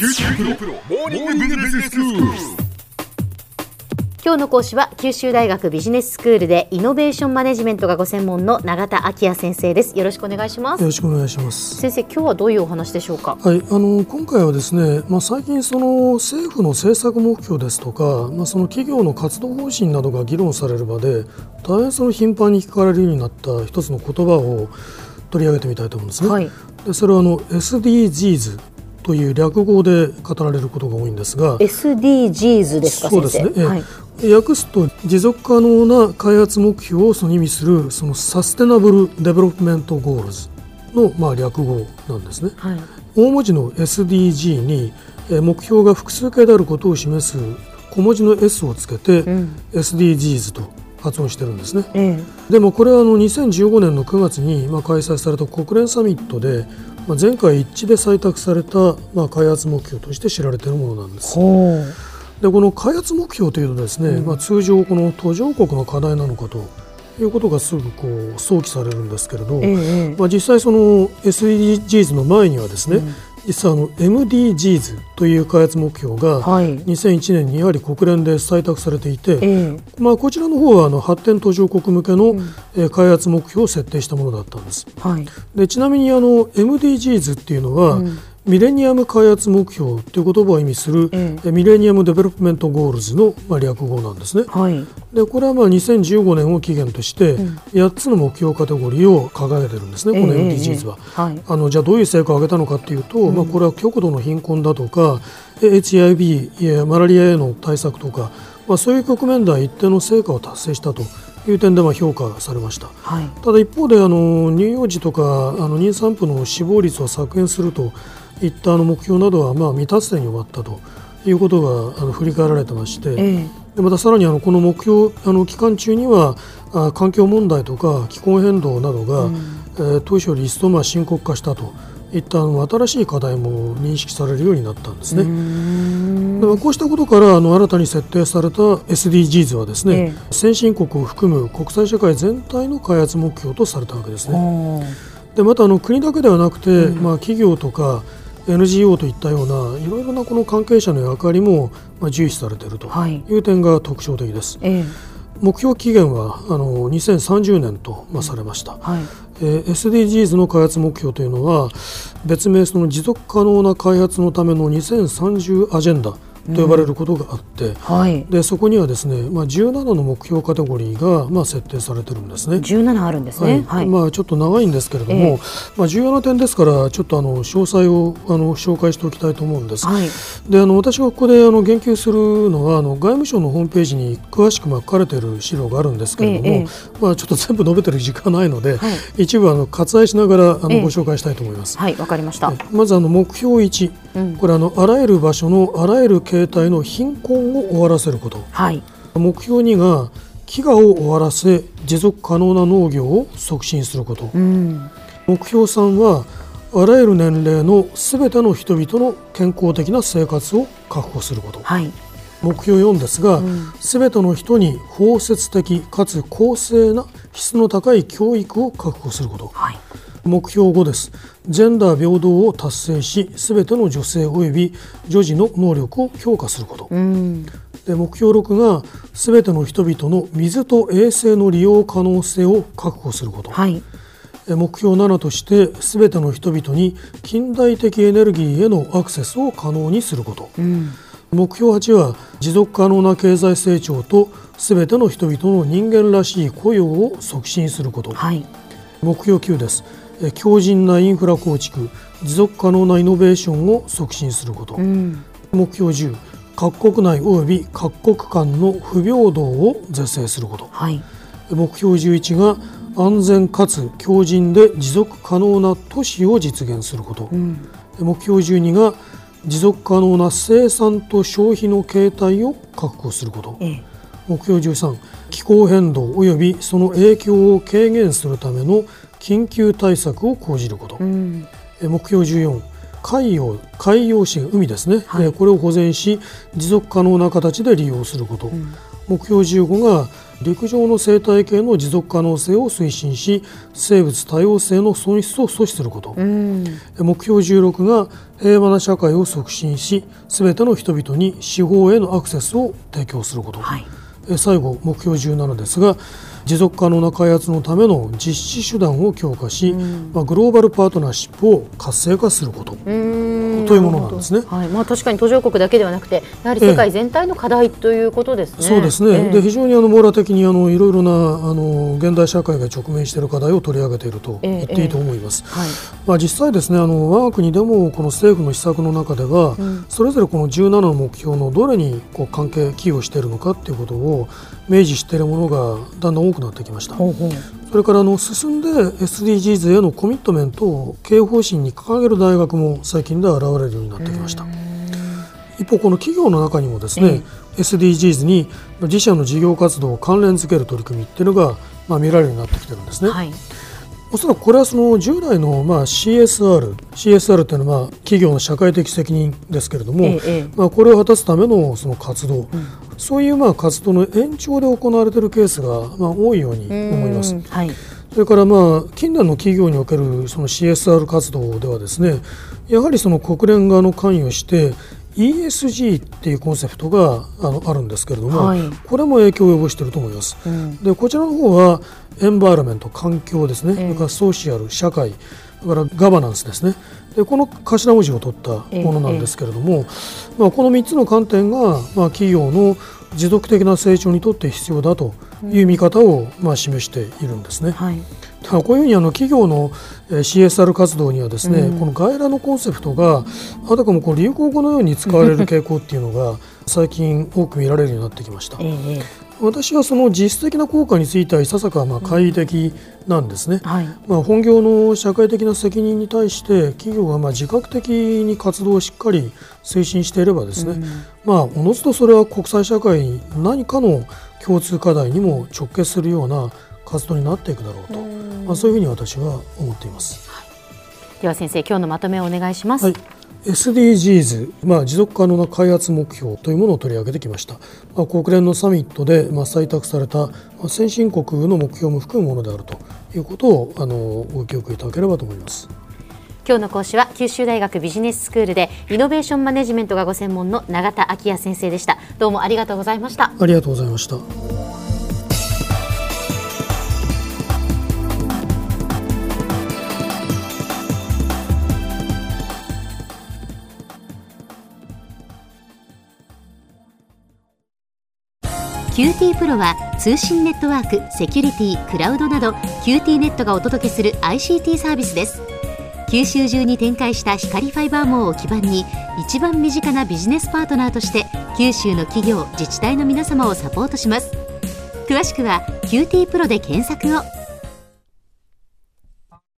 九州大学モーニングビジネススクール。 今日の講師は九州大学ビジネススクールでイノベーションマネジメントがご専門の永田昭也先生です。よろしくお願いします。 よろしくお願いします。 先生、今日はどういうお話でしょうか。 はい、今回はですね、最近その政府の政策目標ですとか、その企業の活動方針などが議論される場で大変その頻繁に聞かれるようになった一つの言葉を取り上げてみたいと思うんですね。 はい、 でそれはSDGsという略語で語られることが多いんですが、 SDGs ですか。 そうですね、 先生、はい、 訳すと持続可能な開発目標を意味するそのサステナブルデベロップメントゴールズの略語なんですね。 はい、 大文字の SDG に目標が複数形であることを示す小文字の S をつけて、SDGs と発音してるんですね。でもこれは2015年の9月に開催された国連サミットで全会一致で採択された開発目標として知られているものなんです。でこの開発目標というとですね、通常この途上国の課題なのかということがすぐ想起されるんですけれど、実際その SDGs の前にはですね、実はMDGs という開発目標が2001年にやはり国連で採択されていて、こちらの方は発展途上国向けの開発目標を設定したものだったんです。でちなみにMDGs っていうのは、ミレニアム開発目標という言葉を意味する、ミレニアムデベロップメントゴールズの略語なんですね。でこれは2015年を期限として、8つの目標カテゴリーを掲げてるんですね、この MDGs は。じゃあどういう成果を上げたのかというと、これは極度の貧困だとか HIV マラリアへの対策とか、そういう局面では一定の成果を達成したという点で評価されました。ただ一方で乳幼児とか妊産婦の死亡率を削減するといった目標などは未達成に終わったということが振り返られてまして、でまたさらにこの目標期間中には環境問題とか気候変動などが、当初より一層深刻化したといった新しい課題も認識されるようになったんですね。でこうしたことから新たに設定された SDGs はですね、先進国を含む国際社会全体の開発目標とされたわけですね。でまた国だけではなくて、企業とかNGO といったようないろいろなこの関係者の役割も重視されているという点が特徴的です。目標期限は2030年とされました。SDGs の開発目標というのは別名その持続可能な開発のための2030アジェンダと呼ばれることがあって、でそこにはですね、17の目標カテゴリーが設定されているんですね。 17あるんですね。 ちょっと長いんですけれども、重要な点ですからちょっと詳細を紹介しておきたいと思うんです。で私がここで言及するのは外務省のホームページに詳しく書かれている資料があるんですけれども、ちょっと全部述べている時間ないので、一部割愛しながらご紹介したいと思います。 わかりました。 まず目標1、これあらゆる場所のあらゆる形態の貧困を終わらせること。目標2が飢餓を終わらせ持続可能な農業を促進すること。目標3はあらゆる年齢のすべての人々の健康的な生活を確保すること。目標4ですが、すべての人に包摂的かつ公正な質の高い教育を確保すること。目標5です。ジェンダー平等を達成し、すべての女性及び女児の能力を強化すること。で目標6がすべての人々の水と衛生の利用可能性を確保すること。目標7としてすべての人々に近代的エネルギーへのアクセスを可能にすること。目標8は持続可能な経済成長とすべての人々の人間らしい雇用を促進すること。目標9です。強靭なインフラ構築、持続可能なイノベーションを促進すること。目標10、各国内および各国間の不平等を是正すること。目標11が安全かつ強靭で持続可能な都市を実現すること。目標12が持続可能な生産と消費の形態を確保すること。目標13、気候変動およびその影響を軽減するための緊急対策を講じること。目標14、 海洋資源、海ですね、はい、これを保全し持続可能な形で利用すること、目標15が陸上の生態系の持続可能性を推進し生物多様性の損失を阻止すること、目標16が平和な社会を促進しすべての人々に司法へのアクセスを提供すること、はい、最後目標17ですが持続可能な開発のための実施手段を強化し、グローバルパートナーシップを活性化することというものなんですね。 はい、確かに途上国だけではなくてやはり世界全体の課題ということですね。 そうですね、で非常に網羅的にいろいろな現代社会が直面している課題を取り上げていると言っていいと思います。はい、実際ですね我が国でもこの政府の施策の中では、それぞれこの17の目標のどれに関係寄与しているのかということを明示しているものがだんだん多くなってきました。それから進んで SDGs へのコミットメントを経営方針に掲げる大学も最近では現れるようになってきました。一方この企業の中にもですね、SDGs に自社の事業活動を関連付ける取り組みっていうのが見られるようになってきてるんですね。はい、おそらくこれはその従来のCSR というのは企業の社会的責任ですけれども、これを果たすためのその活動、そういう活動の延長で行われているケースが多いように思います。はい、それから近年の企業におけるその CSR 活動ではですね、やはりその国連側の関与して ESG っていうコンセプトがあるんですけれども、これも影響を及ぼしていると思います。でこちらの方はエンバイロメント、環境ですね、それからソーシアル、社会、それからガバナンスですね。でこの頭文字を取ったものなんですけれども、この3つの観点が企業の持続的な成長にとって必要だという見方を示しているんですね。はい、こういうふうに企業の CSR 活動にはですね、この外来のコンセプトがあたかも流行語のように使われる傾向っていうのが最近多く見られるようになってきました。私はその実質的な効果についてはいささか懐疑的なんですね。はい、本業の社会的な責任に対して企業が自覚的に活動をしっかり推進していればですね、おのずとそれは国際社会に何かの共通課題にも直結するような活動になっていくだろうと、そういうふうに私は思っています。はい、 では先生、今日のまとめをお願いします。 はい、SDGs、持続可能な開発目標というものを取り上げてきました。国連のサミットで採択された先進国の目標も含むものであるということをご記憶いただければと思います。 今日の講師は九州大学ビジネススクールでイノベーションマネジメントがご専門の永田昭也先生でした。どうもありがとうございました。 ありがとうございました。 QT プロは通信ネットワーク、セキュリティ、クラウドなど QT ネットがお届けする ICT サービスです。九州中に展開した光ファイバー網を基盤に一番身近なビジネスパートナーとして九州の企業、自治体の皆様をサポートします。詳しくは QT プロで検索を。